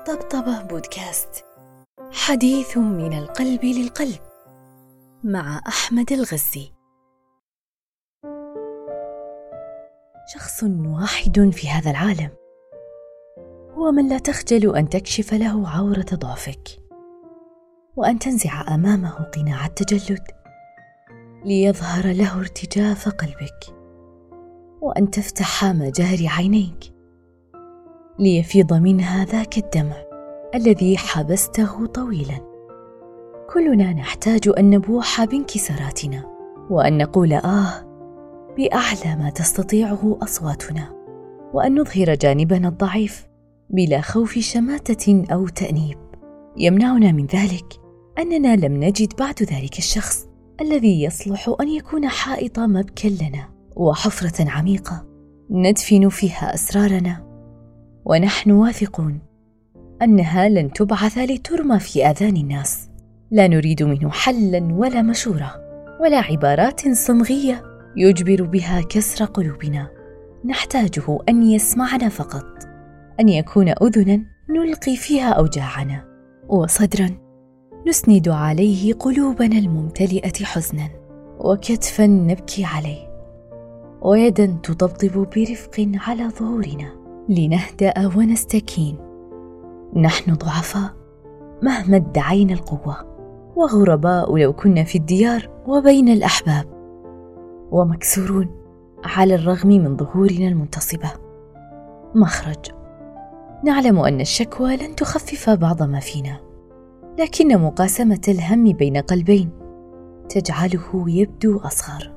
طبطبة بودكاست، حديث من القلب للقلب مع أحمد الغزي. شخص واحد في هذا العالم هو من لا تخجل أن تكشف له عورة ضعفك، وأن تنزع أمامه قناع التجلد ليظهر له ارتجاف قلبك، وأن تفتح مجاري عينيك ليفيض منها ذاك الدمع الذي حبسته طويلا. كلنا نحتاج أن نبوح بانكساراتنا، وأن نقول بأعلى ما تستطيعه أصواتنا، وأن نظهر جانبنا الضعيف بلا خوف شماتة أو تأنيب. يمنعنا من ذلك أننا لم نجد بعد ذلك الشخص الذي يصلح أن يكون حائط مبكى لنا وحفرة عميقة ندفن فيها أسرارنا، ونحن واثقون أنها لن تبعث لترمى في آذان الناس. لا نريد منه حلا ولا مشورة ولا عبارات صمغية يجبر بها كسر قلوبنا. نحتاجه أن يسمعنا فقط، أن يكون أذنا نلقي فيها أوجاعنا، وصدرا نسند عليه قلوبنا الممتلئة حزنا، وكتفا نبكي عليه، ويدا تطبطب برفق على ظهورنا لنهدأ ونستكين. نحن ضعفاء مهما ادعينا القوة، وغرباء لو كنا في الديار وبين الأحباب، ومكسورون على الرغم من ظهورنا المنتصبة. مخرج: نعلم أن الشكوى لن تخفف بعض ما فينا، لكن مقاسمة الهم بين قلبين تجعله يبدو أصغر.